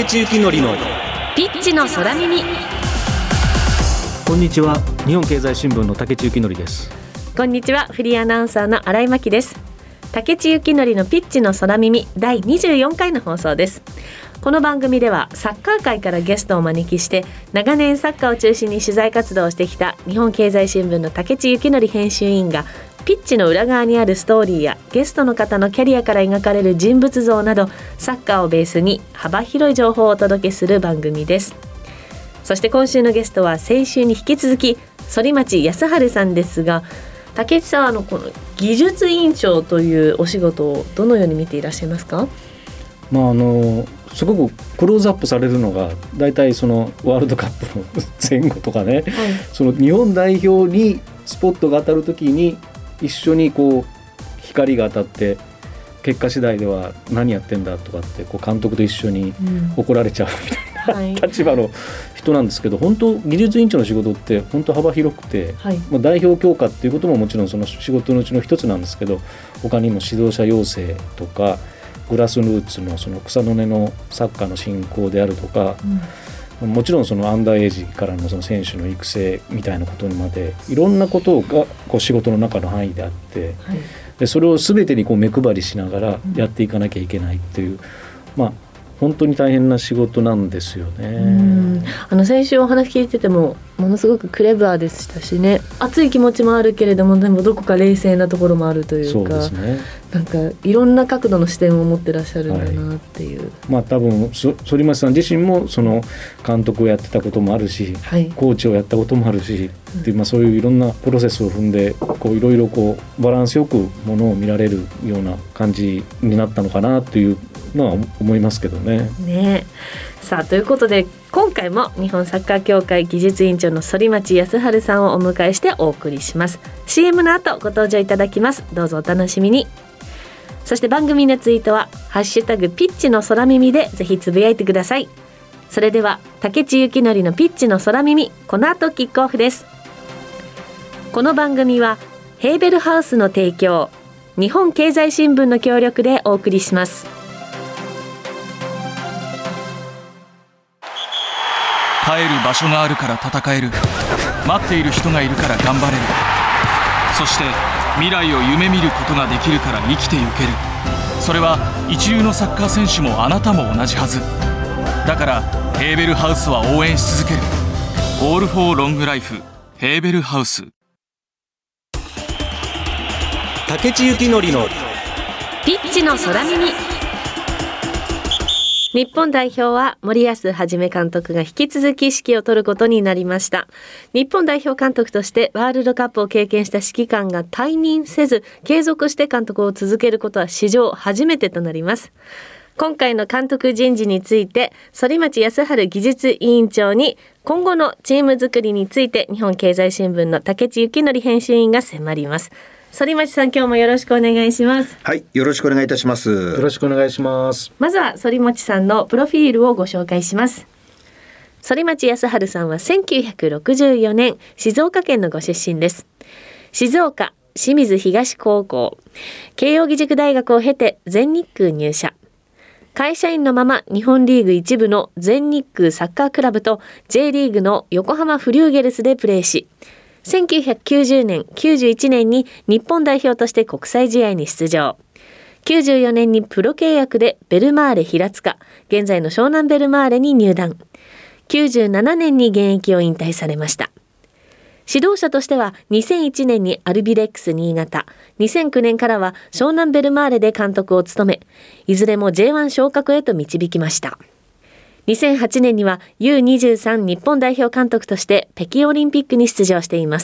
竹地幸典のピッチの空耳。 こんにちは、日本経済新聞の竹地幸典です。 こんにちは、フリーアナウンサーの新井真希です。竹地幸典のピッチの空耳第24回の放送です。この番組ではサッカー界からゲストをお招きして長年サッカーを中心に取材活動をしてきた日本経済新聞の竹地幸典編集員がピッチの裏側にあるストーリーやゲストの方のキャリアから描かれる人物像などサッカーをベースに幅広い情報をお届けする番組です。そして今週のゲストは先週に引き続き反町康治さんですが、竹内さんこの技術委員長というお仕事をどのように見ていらっしゃいますか？ すごくクローズアップされるのがだいたいそのワールドカップの前後とかね、その日本代表にスポットが当たるときに一緒にこう光が当たって結果次第では何やってんだとかってこう監督と一緒に怒られちゃうみたいな、立場の人なんですけど、本当技術委員長の仕事って本当幅広くて、代表強化っていうことももちろんその仕事のうちの一つなんですけど、他にも指導者養成とかグラスルーツのその草の根のサッカーの振興であるとか、もちろんそのアンダーエイジからのその選手の育成みたいなことにまでいろんなことがこう仕事の中の範囲であって、でそれを全てにこう目配りしながらやっていかなきゃいけないっていう、本当に大変な仕事なんですよね。 先週お話聞いててもものすごくクレバーでしたしね、熱い気持ちもあるけれどもでもどこか冷静なところもあるというか、 そうですね、 なんかいろんな角度の視点を持ってらっしゃるんだなっていう、 多分反町さん自身もその監督をやってたこともあるし、コーチをやったこともあるし、そういういろんなプロセスを踏んでこういろいろこうバランスよくものを見られるような感じになったのかなっていうのは思いますけどね。 さあということで今回も日本サッカー協会技術委員長の反町康治さんをお迎えしてお送りします。 CM の後ご登場いただきます。どうぞお楽しみに。そして番組のツイートはハッシュタグピッチの空耳でぜひつぶやいてください。それでは竹地幸典のピッチの空耳、この後キックオフです。この番組はヘーベルハウスの提供、日本経済新聞の協力でお送りします。 帰る場所があるから戦える、待っている人がいるから頑張れる、そして未来を夢見ることができるから生きてゆける。それは一流のサッカー選手もあなたも同じはずだから、ヘーベルハウスは応援し続ける。オールフォーロングライフ、ヘーベルハウス。 竹地幸典のピッチの空耳。日本代表は森保一監督が引き続き指揮を執ることになりました。日本代表監督としてワールドカップを経験した指揮官が退任せず継続して監督を続けることは史上初めてとなります。今回の監督人事について反町康治技術委員長に今後のチーム作りについて日本経済新聞の竹地幸典編集員が迫ります。反町さん、今日もよろしくお願いします。 はい、よろしくお願いいたします。 よろしくお願いします。 まずは反町さんのプロフィールをご紹介します。反町康治さんは1964年静岡県のご出身です。静岡清水東高校、慶應義塾大学を経て全日空入社。会社員のまま日本リーグ1部の全日空サッカークラブと J リーグの横浜フリューゲルスでプレーし、1990年91年に日本代表として国際試合に出場。94年にプロ契約でベルマーレ平塚、現在の湘南ベルマーレに入団。97年に現役を引退されました。指導者としては2001年にアルビレックス新潟、2009年からは湘南ベルマーレで監督を務め、いずれも J1 昇格へと導きました。2008年には U23 日本代表監督として北京オリンピックに出場しています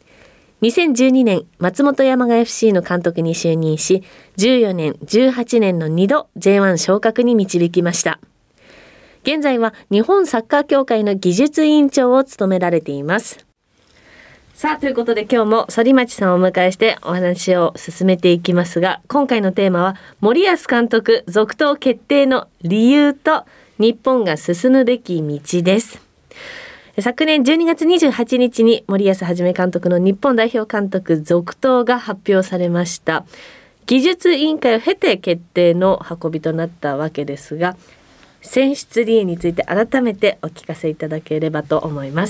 。2012年松本山雅 FC の監督に就任し、14年18年の2度 J1 昇格に導きました。現在は日本サッカー協会の技術委員長を務められています。さあということで今日も反町さんをお迎えしてお話を進めていきますが、今回のテーマは森保監督続投決定の理由と日本が進むべき道です。昨年12月28日に森保一監督の日本代表監督続投が発表されました。技術委員会を経て決定の運びとなったわけですが、 選出理由について改めてお聞かせいただければと思います。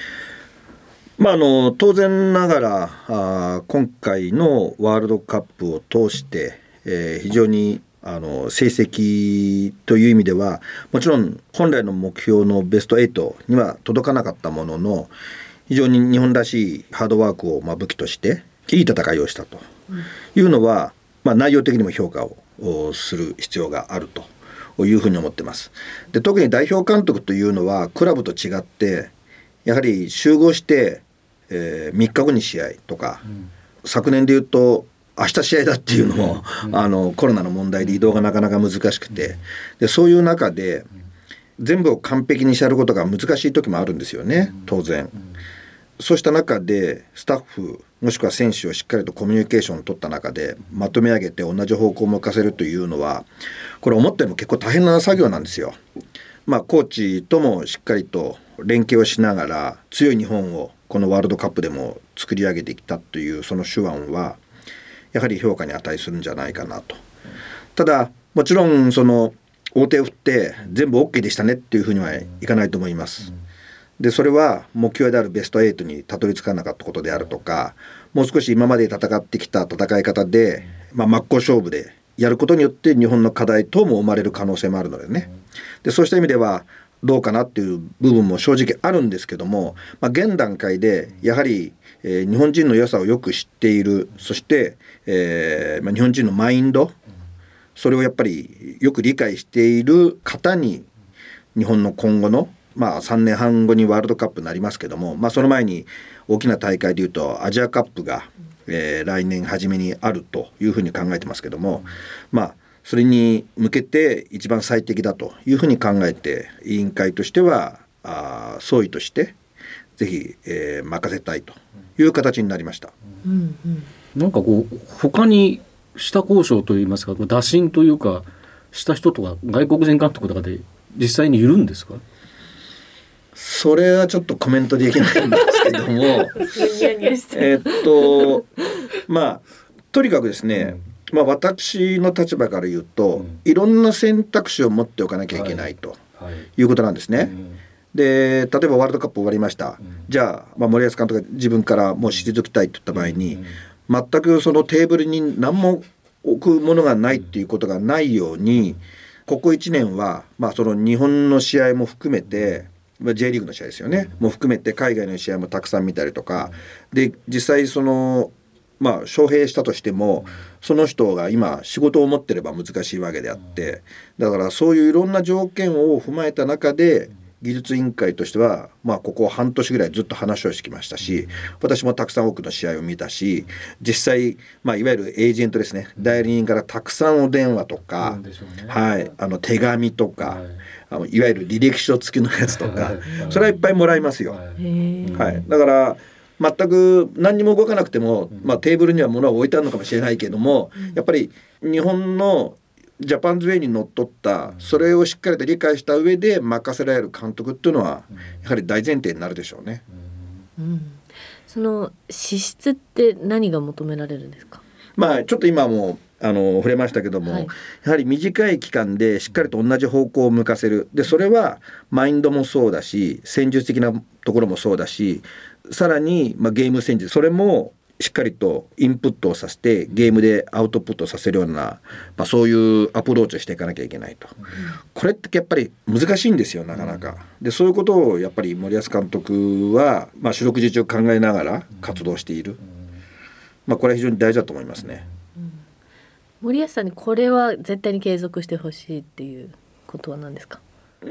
当然ながら今回のワールドカップを通して、非常に成績という意味ではもちろん本来の目標のベスト8には届かなかったものの、非常に日本らしいハードワークを武器としていい戦いをしたというのは、内容的にも評価をする必要があるというふうに思ってます。で、特に代表監督というのはクラブと違ってやはり集合して、3日後に試合とか、昨年でいうと明日試合だっていうのも、コロナの問題で移動がなかなか難しくて、でそういう中で全部を完璧にしやることが難しい時もあるんですよね、当然。そうした中でスタッフもしくは選手をしっかりとコミュニケーションを取った中でまとめ上げて同じ方向を向かせるというのは、これ思ったよりも結構大変な作業なんですよ。コーチともしっかりと連携をしながら強い日本をこのワールドカップでも作り上げてきたというその手腕はやはり評価に値するんじゃないかなと。ただもちろんその大手を振って全部 OK でしたねっていうふうにはいかないと思います。でそれは目標であるベスト8にたどり着かなかったことであるとか、もう少し今まで戦ってきた戦い方で、真っ向勝負でやることによって日本の課題等も生まれる可能性もあるのでね。でそうした意味ではどうかなっていう部分も正直あるんですけども、現段階でやはり、日本人の良さをよく知っている、そして、日本人のマインド、それをやっぱりよく理解している方に日本の今後の、3年半後にワールドカップになりますけども、その前に大きな大会でいうとアジアカップが、来年初めにあるというふうに考えてますけども、それに向けて一番最適だというふうに考えて、委員会としては総意としてぜひ、任せたいという形になりました。 なんかこう他に下交渉といいますか打診というかした人とか外国人監督とかで実際にいるんですか？ それはちょっとコメントできないんですけどもとにかくですね、私の立場から言うと、いろんな選択肢を持っておかなきゃいけないということなんですね。で例えばワールドカップ終わりました、じゃあ、森保監督が自分からもう退きたいと言った場合に、全くそのテーブルに何も置くものがないっていうことがないように、ここ1年は、その日本の試合も含めて、J リーグの試合ですよねも含めて海外の試合もたくさん見たりとかで、実際その招聘したとしてもその人が今仕事を持ってれば難しいわけであって、だからそういういろんな条件を踏まえた中で技術委員会としては、ここ半年ぐらいずっと話をしてきましたし、私もたくさん多くの試合を見たし、実際、いわゆるエージェントですね、代理人からたくさんお電話とか、手紙とか、いわゆる履歴書付きのやつとかそれはいっぱいもらいますよ。だから全く何にも動かなくても、テーブルには物は置いてあるのかもしれないけども、やっぱり日本のジャパンズウェイにのっとったそれをしっかりと理解した上で任せられる監督っていうのはやはり大前提になるでしょうね。 その資質って何が求められるんですか？ ちょっと今も触れましたけども、やはり短い期間でしっかりと同じ方向を向かせる。でそれはマインドもそうだし戦術的なところもそうだし、さらに、ゲーム戦術それもしっかりとインプットをさせてゲームでアウトプットさせるような、そういうアプローチをしていかなきゃいけないと。これってやっぱり難しいんですよなかなか。でそういうことをやっぱり森保監督は、四六時中考えながら活動している、これは非常に大事だと思いますね。 森保さんにこれは絶対に継続してほしいっていうことは何ですか？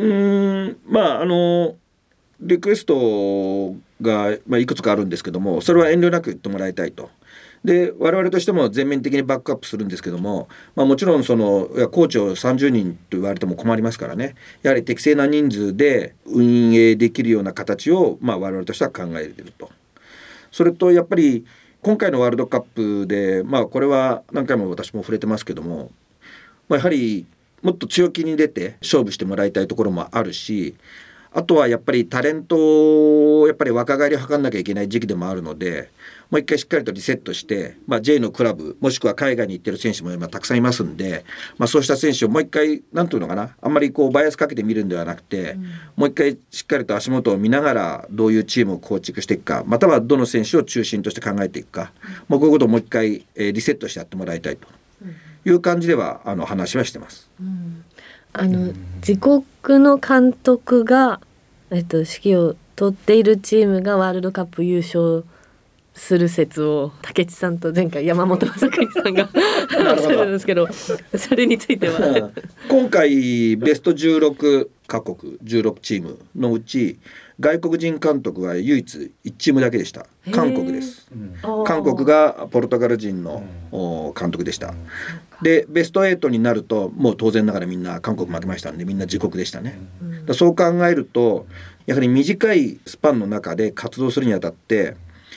リクエストが、いくつかあるんですけども、それは遠慮なく言ってもらいたいと。で我々としても全面的にバックアップするんですけども、もちろんそのコーチを30人と言われても困りますからね、やはり適正な人数で運営できるような形を、我々としては考えていると。それとやっぱり今回のワールドカップで、これは何回も私も触れてますけども、やはりもっと強気に出て勝負してもらいたいところもあるし、 あとはやっぱりタレントをやっぱり若返りを図んなきゃいけない時期でもあるので、もう一回しっかりとリセットして、J のクラブもしくは海外に行ってる選手も今たくさんいますんで、そうした選手をもう一回なんていうのかな、あんまりバイアスかけて見るんではなくて、もう一回しっかりと足元を見ながらどういうチームを構築していくか、またはどの選手を中心として考えていくか、こういうことをもう一回リセットしてやってもらいたいという感じでは話はしてます。 自国の監督が、指揮を取っているチームがワールドカップ優勝する説を竹地さんと前回山本昌邦さんがおっしゃるんですけど、それについては今回ベスト16カ国16チームのうち外国人監督は唯一1チームだけでした。韓国です。韓国がポルトガル人の監督でした。でベスト8になるともう当然ながらみんな韓国負けましたんで、みんな自国でしたね。そう考えるとやはり短いスパンの中で活動するにあたって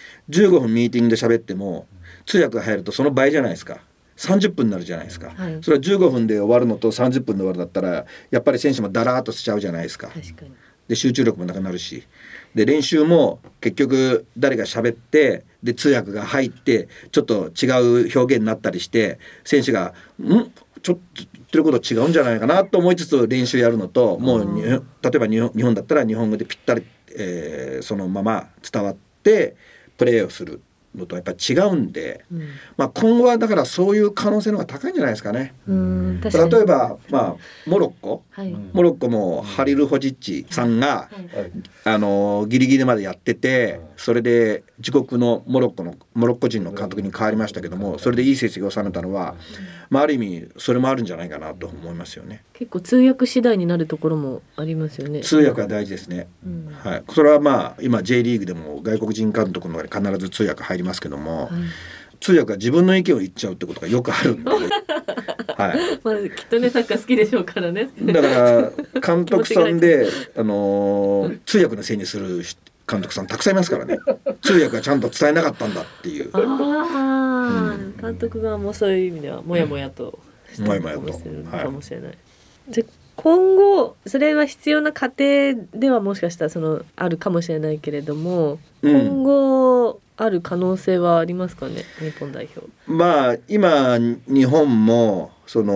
15分ミーティングで喋っても通訳が入るとその倍じゃないですか。30分になるじゃないですか、それは15分で終わるのと30分で終わるだったらやっぱり選手もダラーっとしちゃうじゃないですか。 確かに。 で集中力もなくなるし、で練習も結局誰が喋ってで通訳が入ってちょっと違う表現になったりして選手がちょっと言ってること違うんじゃないかなと思いつつ練習やるのと、もう例えば日本だったら日本語でぴったり、そのまま伝わってプレーをするのとやっぱり違うんで、今後はだからそういう可能性の方が高いんじゃないですかね。例えば、モロッコもハリル・ホジッチさんが、ギリギリまでやってて、それで自国のモロッコ人の監督に変わりましたけども、それでいい成績を収めたのは、ある意味それもあるんじゃないかなと思いますよね。 結構通訳次第になるところもありますよね。 通訳は大事ですね、それは今 J リーグでも外国人監督の中に必ず通訳入りますけども、通訳が自分の意見を言っちゃうってことがよくあるんで、きっとねサッカー好きでしょうからね。 だから監督さんで通訳のせいにする監督さんたくさんいますからね。通訳がちゃんと伝えなかったんだっていう。 監督側もそういう意味ではもやもやとしてるかもしれない。で今後それは必要な過程ではもしかしたらあるかもしれないけれども、今後ある可能性はありますかね、日本代表。 今日本も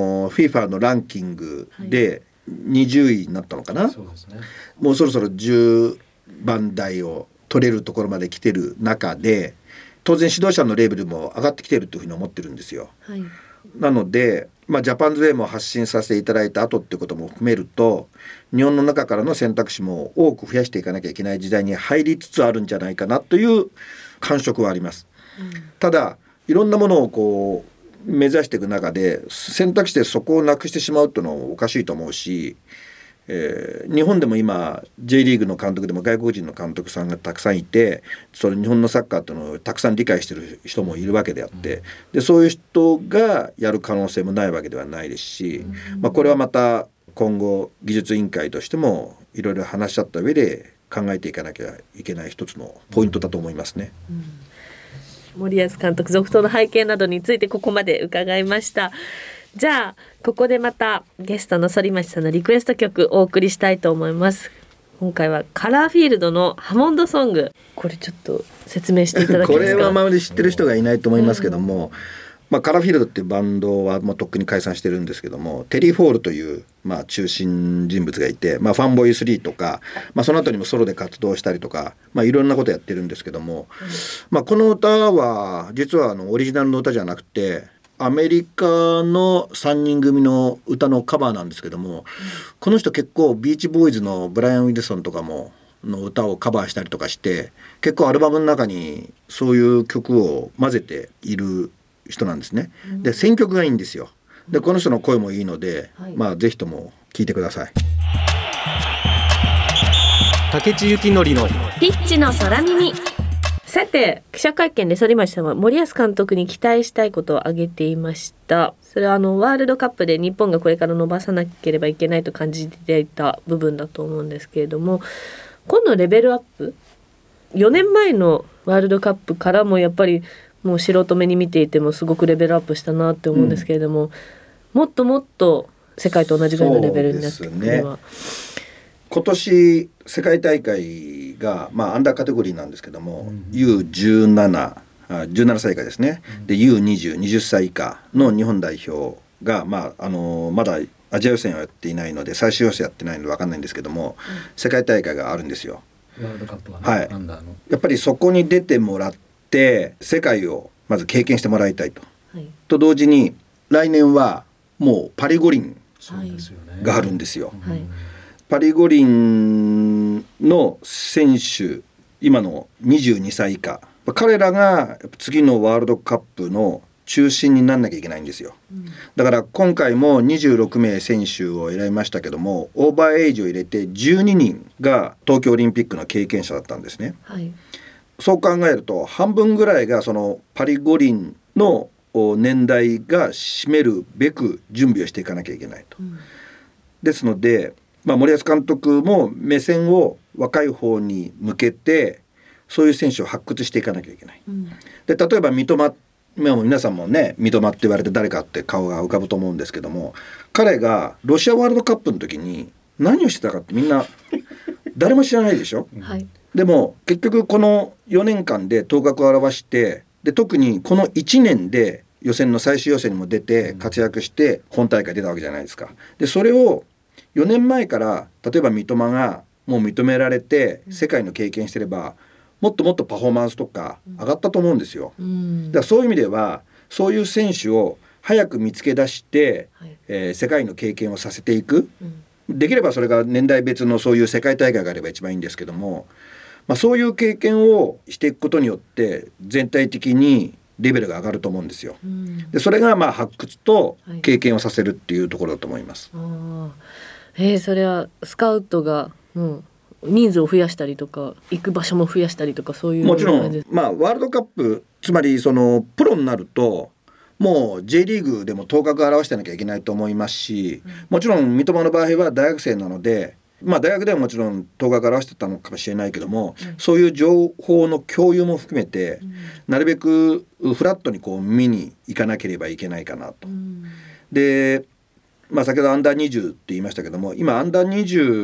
FIFA のランキングで20位になったのかな、そうですね。もうそろそろ10番台を取れるところまで来てる中で、当然指導者のレベルも上がってきてるというふうに思ってるんですよ、なのでジャパンズウェイも発信させていただいた後っていうことも含めると、日本の中からの選択肢も多く増やしていかなきゃいけない時代に入りつつあるんじゃないかなという感触はあります、ただいろんなものを目指していく中で選択肢でそこをなくしてしまうっていうのはおかしいと思うし、日本でも今 J リーグの監督でも外国人の監督さんがたくさんいて、それ日本のサッカーっていうのをたくさん理解している人もいるわけであって、でそういう人がやる可能性もないわけではないですし、これはまた今後技術委員会としてもいろいろ話し合った上で考えていかなきゃいけない一つのポイントだと思いますね。 森保監督続投の背景などについてここまで伺いました。じゃあここでまたゲストの反町さんのリクエスト曲お送りしたいと思います。今回はカラーフィールドのハモンドソング、これちょっと説明していただけますか。 これはまで知ってる人がいないと思いますけども、カラーフィールドっていうバンドはもうとっくに解散してるんですけども、テリー・フォールという中心人物がいて、ファンボイ3とか、その後にもソロで活動したりとか、いろんなことやってるんですけども、この歌は実はオリジナルの歌じゃなくてアメリカの3人組の歌のカバーなんですけども、この人結構ビーチボーイズのブライアン・ウィルソンとかもの歌をカバーしたりとかして、結構アルバムの中にそういう曲を混ぜている人なんですね。で選曲がいいんですよ。でこの人の声もいいので、ぜひとも聴いてください。 竹地幸典のピッチの空耳。さて記者会見で反町さんは森保監督に期待したいことを挙げていました。それはワールドカップで日本がこれから伸ばさなければいけないと感じていた部分だと思うんですけれども、今度レベルアップ、4年前のワールドカップからもやっぱりもう素人目に見ていてもすごくレベルアップしたなって思うんですけれども、もっともっと世界と同じぐらいのレベルになってくれば、 今年世界大会が、アンダーカテゴリーなんですけども、U17 17歳以下ですね、で U20 20歳以下の日本代表が、まだアジア予選をやっていないので最終予選やってないので分かんないんですけども、世界大会があるんですよ。 ワールドカップはね、 はい、 アンダーのやっぱりそこに出てもらって世界をまず経験してもらいたいと、と同時に来年はもうパリ五輪があるんですよ。パリ五輪の選手今の22歳以下、彼らが次のワールドカップの中心になんなきゃいけないんですよ。だから今回も26名選手を選びましたけども、オーバーエイジを入れて12人が東京オリンピックの経験者だったんですね。そう考えると半分ぐらいがそのパリ五輪の年代が占めるべく準備をしていかなきゃいけないと、ですので、森保監督も目線を若い方に向けてそういう選手を発掘していかなきゃいけない、で例えば三笘、皆さんもね三笘って言われて誰かって顔が浮かぶと思うんですけども、彼がロシアワールドカップの時に何をしてたかってみんな誰も知らないでしょ、でも結局この4年間で頭角を現して、で特にこの1年で予選の最終予選にも出て活躍して本大会出たわけじゃないですか。でそれを4年前から例えば三笘がもう認められて世界の経験してればもっともっとパフォーマンスとか上がったと思うんですよ。だからそういう意味ではそういう選手を早く見つけ出して、世界の経験をさせていく、できればそれが年代別のそういう世界大会があれば一番いいんですけども、そういう経験をしていくことによって全体的にレベルが上がると思うんですよ。でそれが発掘と経験をさせるっていうところだと思います。 それはスカウトが、人数を増やしたりとか行く場所も増やしたりとかそういうもちろん、ワールドカップつまりそのプロになるともう J リーグでも頭角を現してなきゃいけないと思いますし、もちろん三笘の場合は大学生なので、大学ではもちろん頭角を現してたのかもしれないけども、そういう情報の共有も含めて、なるべくフラットに見に行かなければいけないかなと。で先ほどアンダー20って言いましたけども、今アンダー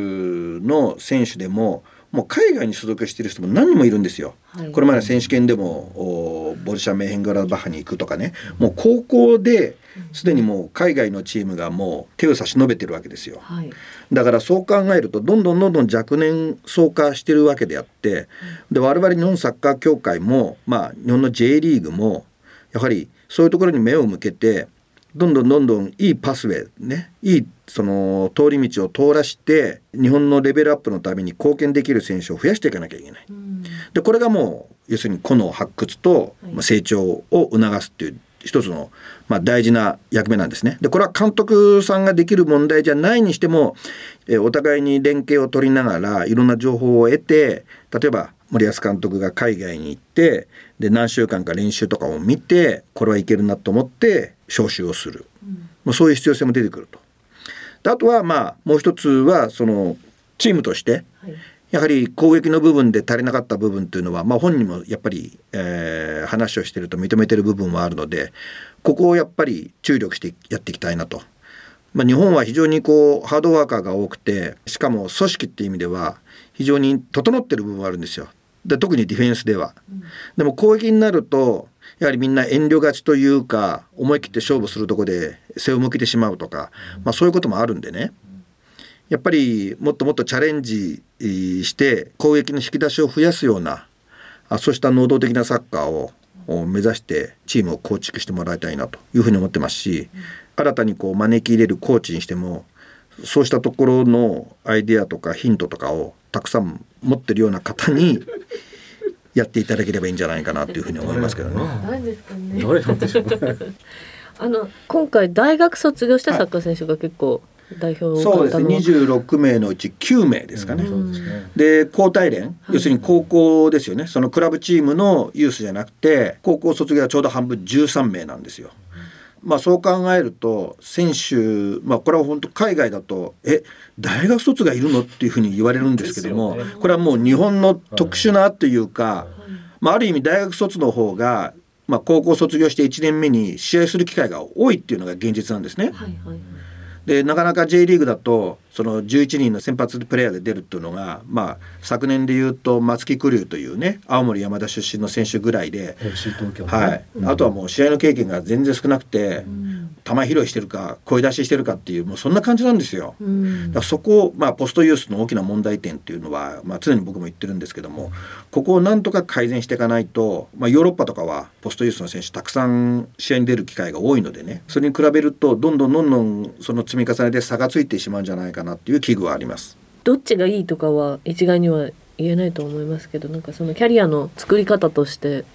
20の選手でももう海外に所属している人も何人もいるんですよ。これまで選手権でもボルシャ・メンヘングラドバッハに行くとかね、もう高校ですでにもう海外のチームがもう手を差し伸べてるわけですよ。だからそう考えるとどんどん若年層化してるわけであって、で我々日本サッカー協会も、日本の J リーグもやはりそういうところに目を向けてどんどんいいパスウェイね、いいその通り道を通らして日本のレベルアップのために貢献できる選手を増やしていかなきゃいけない。でこれがもう要するに個の発掘と成長を促すっていう一つの大事な役目なんですね。でこれは監督さんができる問題じゃないにしても、お互いに連携を取りながらいろんな情報を得て、例えば森保監督が海外に行ってで何週間か練習とかを見てこれはいけるなと思って招集をする、そういう必要性も出てくると。であとはもう一つはそのチームとして、やはり攻撃の部分で足りなかった部分というのは、本人もやっぱり、話をしていると認めている部分はあるので、ここをやっぱり注力してやっていきたいなと。日本は非常にハードワーカーが多くて、しかも組織っていう意味では非常に整っている部分があるんですよ。で特にディフェンスでは、でも攻撃になるとやはりみんな遠慮がちというか、思い切って勝負するところで背を向けてしまうとか、そういうこともあるんでね、やっぱりもっともっとチャレンジして攻撃の引き出しを増やすような、そうした能動的なサッカーを目指してチームを構築してもらいたいなというふうに思ってますし、新たに招き入れるコーチにしてもそうしたところのアイデアとかヒントとかをたくさん持ってるような方にやっていただければいいんじゃないかなというふうに思いますけどね。 何ですかね。 どれなんでしょう今回大学卒業したサッカー選手が結構代表をそうですね、26名のうち9名ですかね。で高体連、要するに高校ですよね。そのクラブチームのユースじゃなくて高校卒業はちょうど半分13名なんですよ。そう考えると選手、これは本当海外だと大学卒がいるのっていうふうに言われるんですけども、これはもう日本の特殊なというか、ある意味大学卒の方が、高校卒業して1年目に試合する機会が多いっていうのが現実なんですね。 でなかなか J リーグだとその11人の先発プレーヤーで出るっていうのが、昨年でいうと松木玖生というね青森山田出身の選手ぐらいで、 FC 東京、 あとはもう試合の経験が全然少なくて、球拾いしてるか声出ししてるかっていうもうそんな感じなんですよ。だからそこを、ポストユースの大きな問題点っていうのは、常に僕も言ってるんですけども、ここをなんとか改善していかないと、ヨーロッパとかはポストユースの選手たくさん試合に出る機会が多いのでね、それに比べるとどんどんその積み重ねで差がついてしまうんじゃないかなっていう危惧はあります。 どっちがいいとかは一概には言えないと思いますけど、なんかそのキャリアの作り方として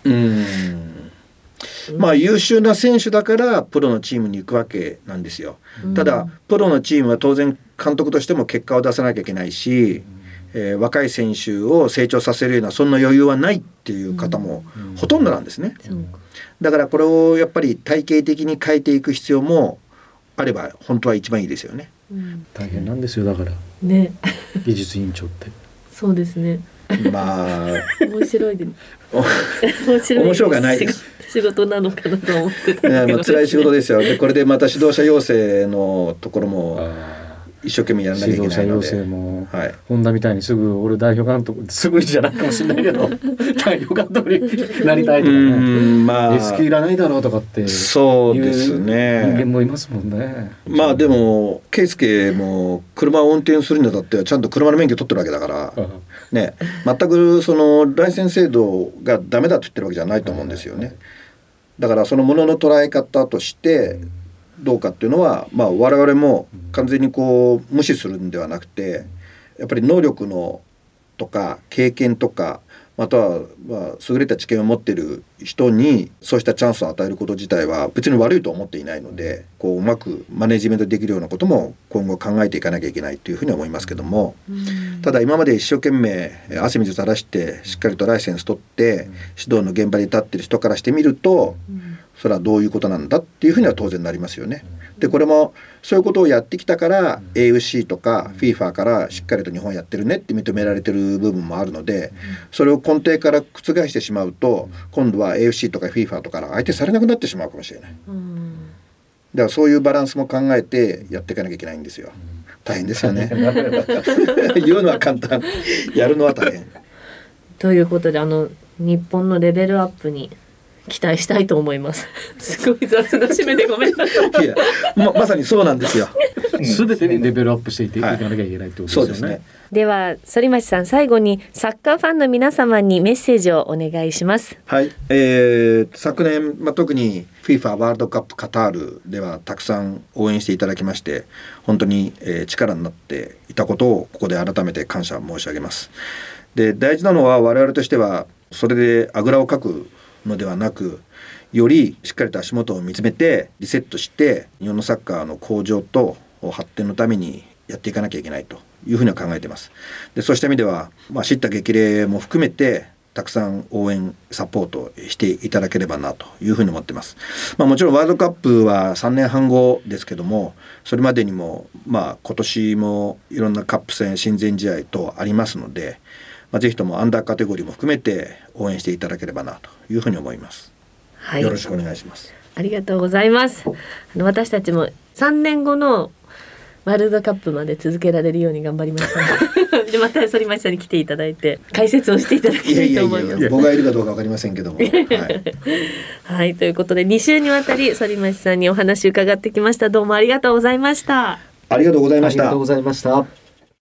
優秀な選手だからプロのチームに行くわけなんですよ。ただプロのチームは当然監督としても結果を出さなきゃいけないし、若い選手を成長させるようなそんな余裕はないっていう方もほとんどなんですね。だからこれをやっぱり体系的に変えていく必要もあれば本当は一番いいですよね。 大変なんですよだからね技術委員長ってそうですね。面白いで面白がないです仕事なのかなと思ってたんですけど、 辛い仕事ですよ。でこれでまた指導者養成のところも一生懸命やらなきゃいけないので、 指導者養成も、本田みたいにすぐ俺代表監督すぐじゃないかもしれないけど代表監督になりたいとかね、リスクいらないだろうとかってそうですね、 人間もいますもんね。 でも圭介も車を運転するんだってちゃんと車の免許取ってるわけだからね、全くそのライセンス制度がダメだと言ってるわけじゃないと思うんですよね。だからそのものの捉え方としてどうかっていうのは、我々も完全にこう無視するんではなくて、やっぱり能力のとか経験とか、または優れた知見を持っている人にそうしたチャンスを与えること自体は別に悪いと思っていないので、こううまくマネジメントできるようなことも今後考えていかなきゃいけないというふうに思いますけども、ただ今まで一生懸命汗水垂らしてしっかりとライセンス取って指導の現場に立っている人からしてみると、それはどういうことなんだっていうふうには当然なりますよね。でこれもそういうことをやってきたから AFC とか FIFA からしっかりと日本やってるねって認められてる部分もあるので、それを根底から覆してしまうと今度は AFC とか FIFA とかから相手されなくなってしまうかもしれない。だからそういうバランスも考えてやっていかなきゃいけないんですよ。大変ですよね言うのは簡単やるのは大変ということで日本のレベルアップに期待したいと思いますすごい雑な締めでごめんなさい。 いや まさにそうなんですよ全てにレベルアップしていかなきゃいけないってことですよね。 そうですね。 では反町さん、最後にサッカーファンの皆様にメッセージをお願いします。 はい、昨年、特に FIFA ワールドカップカタールではたくさん応援していただきまして本当に、力になっていたことをここで改めて感謝申し上げます。で大事なのは我々としてはそれであぐらをかくのではなく、よりしっかりと足元を見つめてリセットして日本のサッカーの向上と発展のためにやっていかなきゃいけないというふうには考えています。でそうした意味では、叱咤激励も含めてたくさん応援サポートしていただければなというふうに思っています。もちろんワールドカップは3年半後ですけども、それまでにも今年もいろんなカップ戦親善試合等ありますので、ぜひともアンダーカテゴリーも含めて応援していただければなというふうに思います。 はい、 よろしくお願いします。 ありがとうございます。私たちも3年後のワールドカップまで続けられるように頑張りましたでまた反町さんに来ていただいて解説をしていただきたいと思います。 僕がいるかどうか分かりませんけどもはい、ということで2週にわたり反町さんにお話伺ってきました。どうもありがとうございました。 ありがとうございました。 ありがとうございました。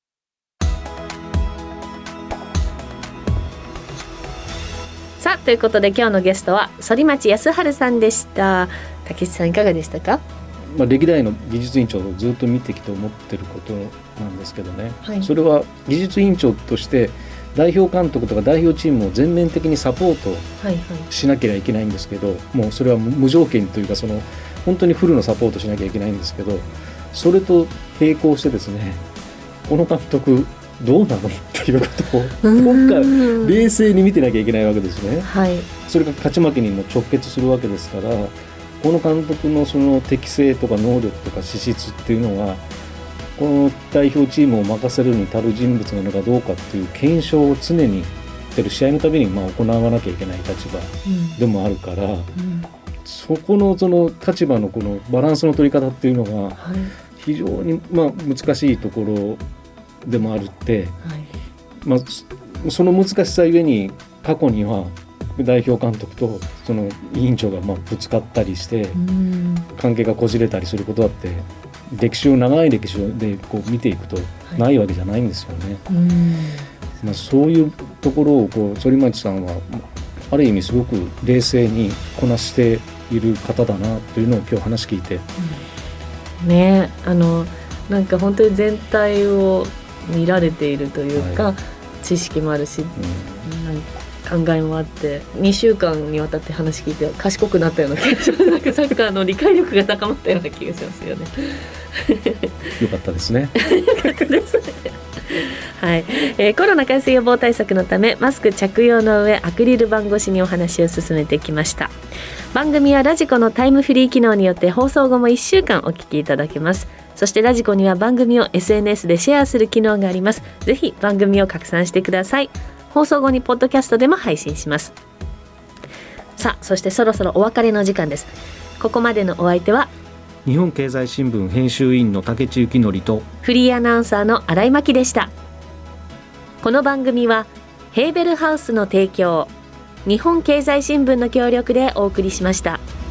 さあということで今日のゲストは反町康晴さんでした。竹内さんいかがでしたか？ 歴代の技術委員長をずっと見てきて思ってることなんですけどね、 はい、 それは技術委員長として代表監督とか代表チームを全面的にサポートしなければいけないんですけど、もうそれは無条件というか本当にフルのサポートしなきゃいけないんですけど、それと並行してですね、この監督どうなのっていうことを今回冷静に見てなきゃいけないわけですね、 はい、 それが勝ち負けにも直結するわけですから、この監督のその適性とか能力とか資質っていうのはこの代表チームを任せるに足る人物なのかどうかっていう検証を常に試合のたびに行わなきゃいけない立場でもあるから、そこのその立場のこのバランスの取り方っていうのが非常に難しいところでもあるって、その難しさゆえに過去には代表監督とその委員長がぶつかったりして関係がこじれたりすることだって長い歴史でこう見ていくとないわけじゃないんですよね。そういうところを反町さんはある意味すごく冷静にこなしている方だなというのを今日話聞いて、 なんか本当に全体を見られているというか、知識もあるし、考えもあって2週間にわたって話聞いて賢くなったような気がします。なんかサッカーの理解力が高まったような気がしますよね。 よかったですね。 よかったですはい、コロナ感染予防対策のためマスク着用の上アクリル板越しにお話を進めてきました。番組はラジコのタイムフリー機能によって放送後も1週間お聞きいただけます。そしてラジコには番組を SNS でシェアする機能があります。ぜひ番組を拡散してください。放送後にポッドキャストでも配信します。さあ、そしてそろそろお別れの時間です。ここまでのお相手は日本経済新聞編集委員の竹地幸則とフリーアナウンサーの新井真希でした。この番組はヘーベルハウスの提供、日本経済新聞の協力でお送りしました。